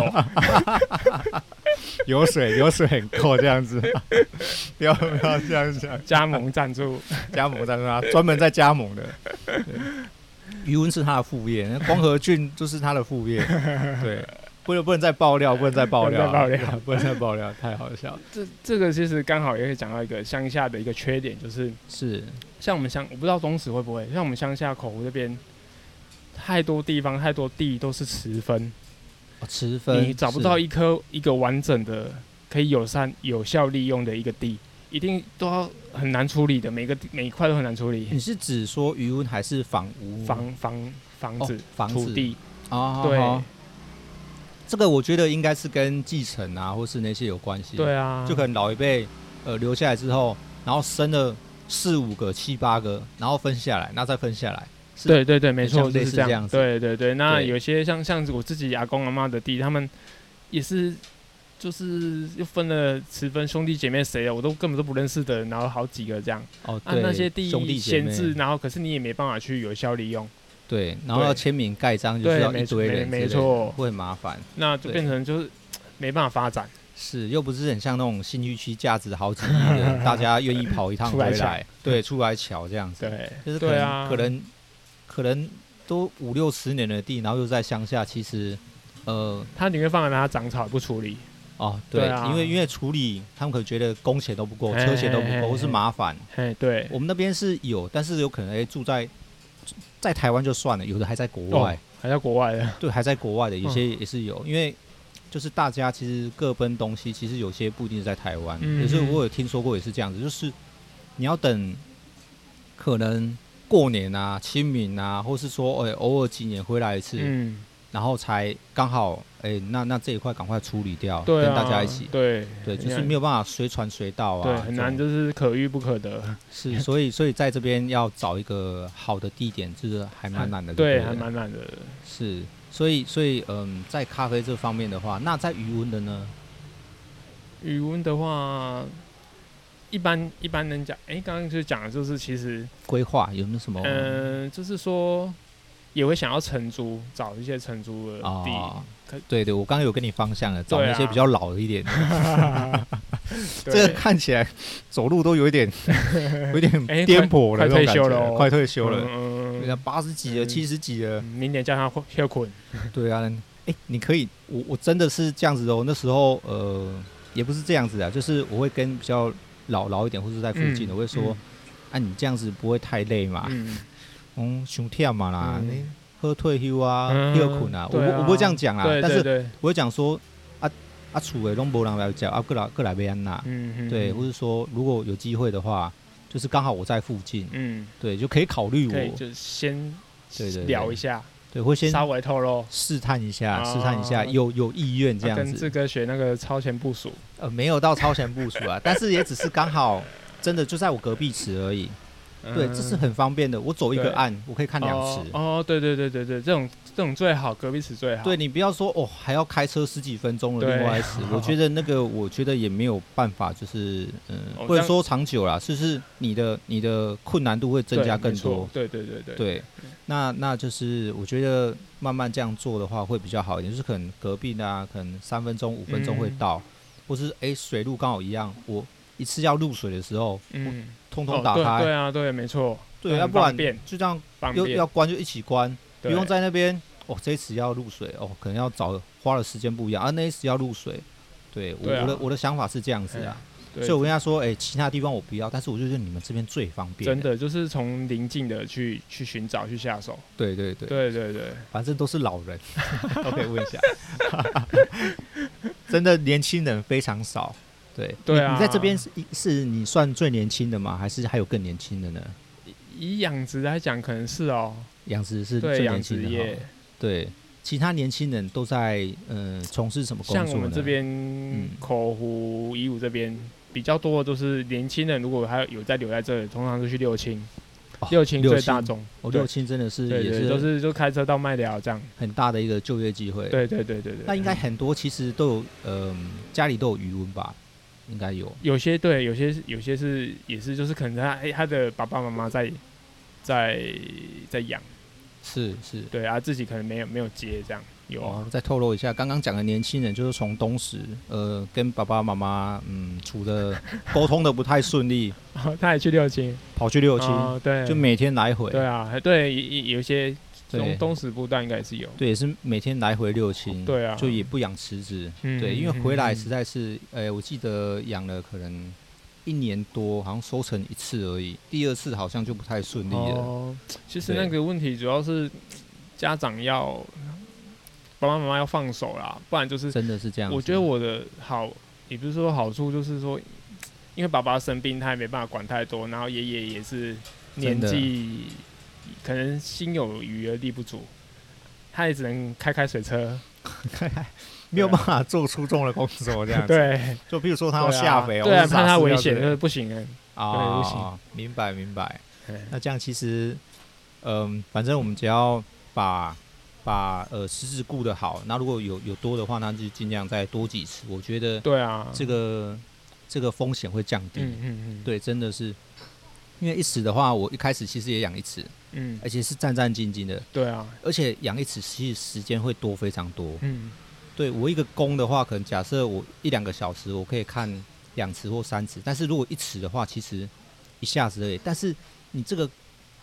油水很够这样子。不要这样想。加盟赞助啊，专门在加盟的。余温是他的副业，光和俊就是他的副业。对。不能再爆料，不能再爆料，太好笑了。这个其实刚好也可以讲到一个乡下的一个缺点，就是像我们我不知道东石会不会，像我们乡下口湖这边，太多地方太多地都是池分，你找不到一个完整的可以有效利用的一个地，一定都要很难处理的，每一块都很难处理。你是指说余温还是房子土地啊？对。这个我觉得应该是跟继承啊，或是那些有关系。对啊，就可能老一辈留下来之后，然后生了4、5个、7、8个，然后分下来，然后再分下来。对，没错，就是这样子。对，那有些像我自己阿公阿妈的地，他们也是就是又分了池分兄弟姐妹谁的，我都根本都不认识的，然后好几个这样。对，那些地闲置，然后可是你也没办法去有效利用。对，然后要签名盖章，就是要一堆人，没错，会很麻烦。那就变成就是没办法发展。是，又不是很像那种信义区价值好几亿的，大家愿意跑一趟回来，对，出来瞧这样子。对，就是可能都5、6、10年的地，然后又在乡下，其实它宁愿放在它长草不处理。 哦，对， 对啊， 因为处理他们可能觉得工钱都不够， 嘿车钱都不够， 嘿嘿或是麻烦。 对， 我们那边是有，但是有可能住在台湾就算了，有的还在国外， 还在国外的。 对，还在国外的，有些也是有，因为就是大家其实各奔东西，其实有些不一定是在台湾，可是我有听说过也是这样子，就是你要等可能过年啊、清明啊，或是说偶尔几年回来一次，然后才刚好那这一块赶快处理掉， 对啊， 跟大家一起， 对， 就是没有办法随传随到啊， 对，很难，就是可遇不可得。 是，所以在这边要找一个好的地点，就是还蛮难的， 对，还蛮难的。 是，所以在咖啡这方面的话，那在余温的呢？ 余温的话，一般人讲，刚刚就讲的就是其实规划有没有什么？ 就是说也会想要承租，找一些承租的地。 对，我刚刚有跟你方向了，找那些比较老的一点的。这个看起来走路都有点颠簸了， 快退休了， 快退休了，80几了，70几了， 明年叫他休困。 对啊，你可以，我真的是这样子哦。那时候也不是这样子啊，就是我会跟比较老一点或是在附近的，我会说，你这样子不会太累嘛？伤忝嘛啦，喝退休啊，休困啊，我不会这样讲啊，但是我会讲说厝诶拢无人来叫过来要安那，对，或是说如果有机会的话，就是刚好我在附近，对，就可以考虑我， 就先对聊一下， 对，会先稍微透露试探一下，有意愿这样子， 跟志哥学那个超前部署， 没有到超前部署啊，但是也只是刚好真的就在我隔壁池而已。对，这是很方便的。我走一个岸，我可以看2池。 对，这种最好，隔壁池最好。 对，你不要说还要开车10几分钟的另外一池，我觉得我觉得也没有办法，就是不能说长久啦，就是你的困难度会增加更多。对，那就是我觉得慢慢这样做的话会比较好一点，就是可能隔壁啊，可能3分钟、5分钟会到，或是水路刚好一样，我一次要入水的时候，通通打开。 对啊，对，没错。 对，要不然就这样又要关就一起关，不用在那边这一池要入水可能要花的时间不一样，那一池要入水。对，我的想法是这样子啊，所以我跟他说，其他地方我不要，但是我就觉得你们这边最方便。 真的就是从邻近的去寻找去下手。对， 反正都是老人，都可以问一下。真的年轻人非常少。对啊，你在这边是你算最年轻的吗？还是还有更年轻的呢？ 以养殖来讲，可能是养殖是最年轻的。对，其他年轻人都在从事什么工作呢？ 像我们这边口湖、宜武这边比较多的都是年轻人，如果还有在留在这里，通常都去六轻。六轻最大众， 六轻真的是也是都是就开车到麦寮这样， 很大的一个就业机会。 对。 那应该很多其实都有家里都有渔温吧？应该有些对，有些是也是就是可能他的爸爸妈妈在养，是，对啊，自己可能没有接这样。有再透露一下，刚刚讲的年轻人就是从东石跟爸爸妈妈处的沟通的不太顺利， 他也去六轻， 跑去六轻，对，就每天来回。 对啊，对，有些东石步道应该也是有， 对，也是每天来回六轻， 对啊， 就也不养池子，对，因为回来实在是，我记得养了可能1年多，好像收成1次而已，第2次好像就不太顺利了。 其实那个问题主要是家长爸爸妈妈要放手啦，不然就是真的是这样。 我觉得我的好，也不是说好处，就是说，因为爸爸生病，他也没办法管太多，然后爷爷也是年纪可能心有余而力不足，他也只能开水车， 没有办法做出众的工作这样子。 对， 就比如说他要下肥， 对啊，怕他危险，就是不行不行。明白。那这样其实，反正我们只要把池子顾得好，那如果有多的话，那就尽量再多几次。我觉得，对啊，这个风险会降低。对，真的是，因为1池的话，我一开始其实也养1池，而且是战战兢兢的。对啊，而且养1池其实时间会多非常多。对我一个工的话，可能假设我1-2个小时，我可以看2池或3池，但是如果1池的话，其实一下子而已。但是你这个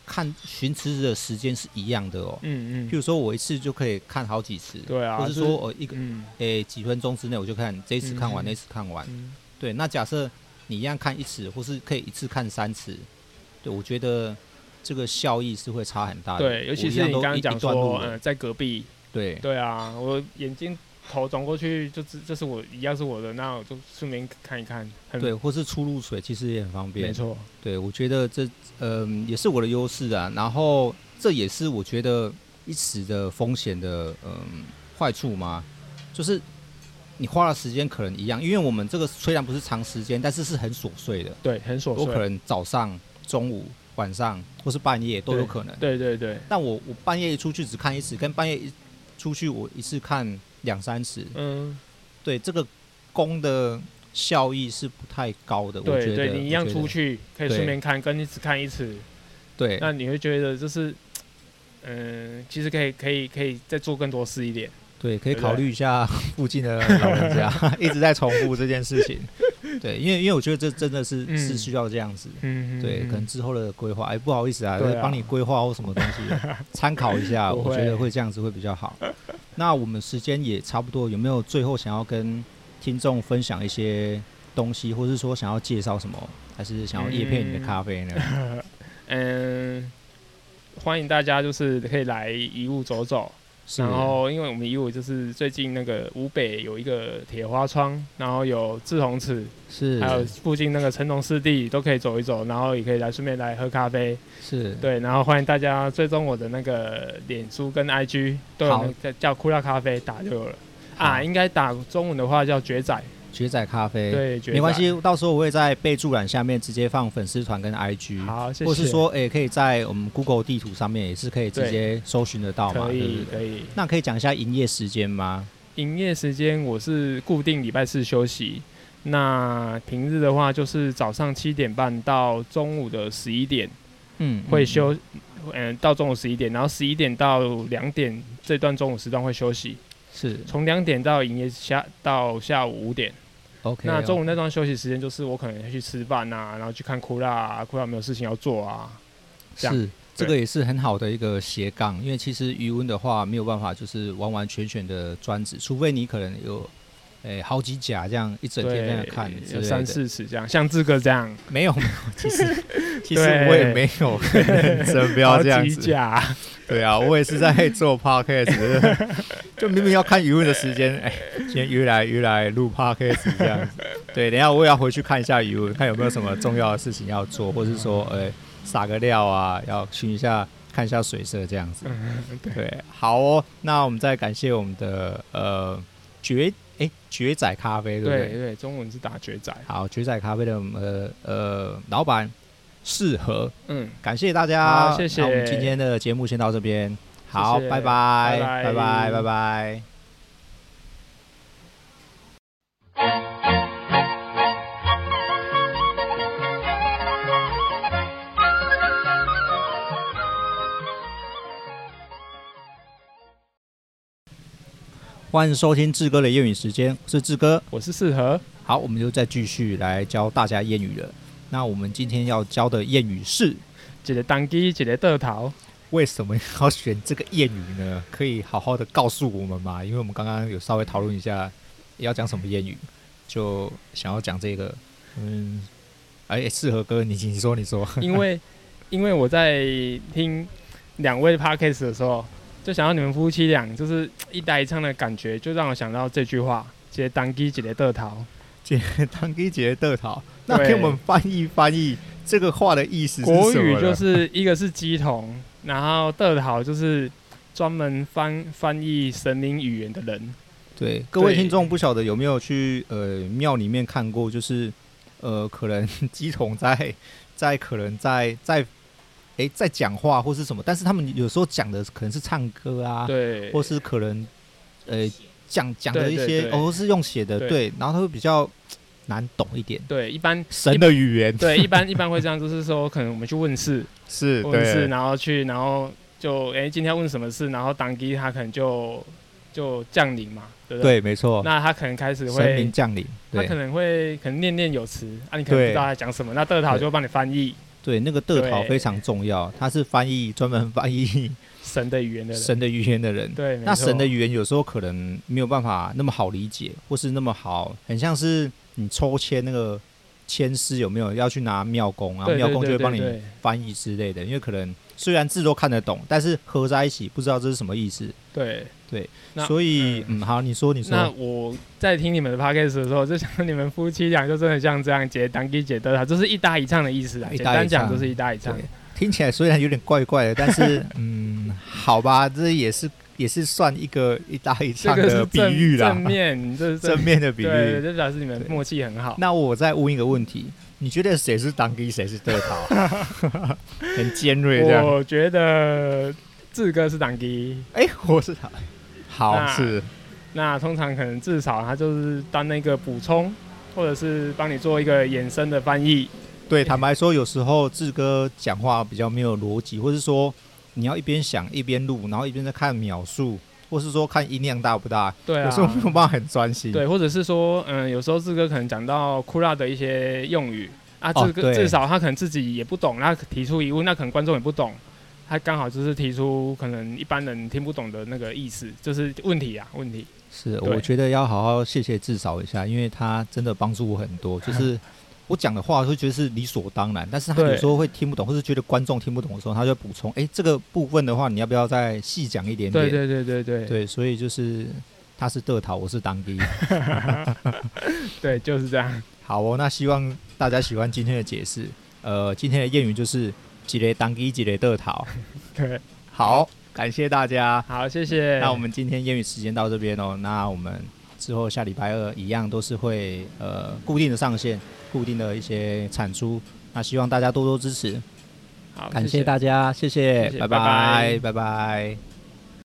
寻词的时间是一样的哦。譬如说我一次就可以看好几次， 对啊， 或是说一个几分钟之内我就看这一次看完，那一次看完。对，那假设你一样看一次，或是可以一次看3次，对，我觉得这个效益是会差很大的。 对，尤其是你刚刚讲说，在隔壁。对啊，我眼睛头转过去，这是我一样是我的，那我就顺便看一看。 对，或是出入水其实也很方便。 没错。 对，我觉得这也是我的优势啊。然后这也是我觉得一时的风险的坏处嘛，就是你花的时间可能一样，因为我们这个虽然不是长时间，但是是很琐碎的。 对，很琐碎。 我可能早上、中午、晚上或是半夜都有可能。 对。 但我半夜一出去只看一次，跟半夜出去我一次看2-3次，对，这个功的效益是不太高的。我觉得对，你一样出去可以顺便看，跟你只看一次， 对， 那你会觉得就是，其实可以再做更多事一点。 对，可以考虑一下附近的老人家一直在重复这件事情。对，因为我觉得这真的是需要这样子。对，可能之后的规划，不好意思啊，帮你规划或什么东西，参考一下，我觉得会这样子会比较好。那我们时间也差不多，有没有最后想要跟听众分享一些东西，或是说想要介绍什么，还是想要业配你的咖啡呢？ 欢迎大家就是可以来宜物走走。然后，因为我们宜物就是最近那个吴北有一个铁花窗，然后有志宏祠，还有附近那个成龙湿地都可以走一走，然后也可以顺便来喝咖啡。对，然后欢迎大家追踪我的那个脸书跟 IG 都有叫库拉咖啡打就有了啊，应该打中文的话叫绝仔咖啡。对， 没关系，到时候我会在备注栏下面直接放粉丝团跟 IG， 好，谢谢。 或是说，可以在我们 Google 地图上面也是可以直接搜寻得到嘛？ 可以。 那可以讲一下营业时间吗？ 营业时间我是固定礼拜4休息，那平日的话就是早上7点半到中午的11点，会休，到中午11点，然后11点到2点这段中午时段会休息，是从2点到营业到下午5点。 OK， 那中午那段休息时间就是我可能去吃饭啊，然后去看库拉有没有事情要做啊。 是，这个也是很好的一个斜杠，因为其实渔文的话没有办法就是完完全全的专职，除非你可能有好几甲这样一整天在那看， 有3-4尺这样，像志哥这样。 没有，其实我也没有很认真，不要这样子。 好几甲。 对啊，我也是在做 podcast， 就明明要看渔文的时间，今天约来录 podcast 这样子。对，等一下我也要回去看一下渔文，看有没有什么重要的事情要做，或是说撒个料啊，要巡一下看一下水色这样子。对，好哦，那我们再感谢我们的绝仔咖啡，对不对？ 对，中文是打绝仔。 好，绝仔咖啡的老板适合，感谢大家， 好，谢谢。 那我们今天的节目先到这边，好，拜拜，拜拜，拜拜。欢迎收听志哥的谚语时间，我是志哥， 我是适合。 好，我们就再继续来教大家谚语了。那我们今天要教的谚语是一个当机，一个倒头。 为什么要选这个谚语呢？可以好好的告诉我们吗？因为我们刚刚有稍微讨论一下要讲什么谚语，就想要讲这个。适合哥，你说。 因为我在听2位 podcast 的时候，就想到你们夫妻俩就是一搭一唱的感觉，就让我想到这句话：一个当机，一个倒头。 一个当机，一个倒头。那给我们翻译这个话的意思是什么？ 国语就是一个是鸡同，然后倒头就是专门翻译神明语言的人。 对，各位听众不晓得有没有去庙里面看过，就是可能鸡同在可能在讲话或是什么，但是他们有时候讲的可能是唱歌啊， 对， 或是可能讲的一些是用写的，对，然后他会比较难懂一点， 对，一般神的语言， 对，一般会这样，就是说可能我们去问事，问事，然后就今天要问什么事，然后当机他可能就降临嘛，对不对？ 对，没错。 那他可能开始会神明降临， 他可能念有词啊，你可能不知道他讲什么，那倒头就帮你翻译。 对，那个得逃非常重要，他是专门翻译神的语言的人， 神的语言的人。 对， 那神的语言有时候可能没有办法那么好理解，或是那么好，很像是你抽签那个签师有没有要去拿庙公啊，庙公就会帮你翻译之类的，因为可能虽然字都看得懂，但是合在一起不知道这是什么意思。 对， 所以好，你说。 那我在听你们的 podcast 的时候，就想你们夫妻俩就真的像这样解当机解得逃，就是一搭一唱的意思啊。简单讲就是一搭一唱。 听起来虽然有点怪怪的，但是好吧，这也是算一搭一唱的比喻啦。 正面，这是正面的比喻， 对，这表示你们默契很好。 那我再问一个问题，你觉得谁是当机，谁是得逃？很尖锐这样。 我觉得志哥是当机， 我是好是。 那通常可能至少他就是当那个补充，或者是帮你做一个衍生的翻译。 对，坦白说，有时候志哥讲话比较没有逻辑，或是说你要一边想一边录，然后一边在看秒数，或是说看音量大不大。 对啊， 有时候没有办法很专心。 对，或者是说，有时候志哥可能讲到酷辣的一些用语啊，至少他可能自己也不懂，他提出疑问，那可能观众也不懂，他刚好就是提出可能一般人听不懂的那个意思，就是问题。是， 我觉得要好好谢谢志嫂一下，因为他真的帮助我很多，就是我讲的话会觉得是理所当然，但是他有时候会听不懂，或是觉得观众听不懂的时候，他就补充，这个部分的话，你要不要再细讲一点点？对，所以就是他是得逃，我是当机。 对，就是这样。 好哦，那希望大家喜欢今天的解释。今天的谚语就是一个当机，一个得逃。 对， 好，感谢大家。 好，谢谢。 那我们今天谚语时间到这边哦。那我们之后下礼拜二一样都是会固定的上线，固定的一些产出。那希望大家多多支持。 好， 感谢大家，谢谢，拜拜。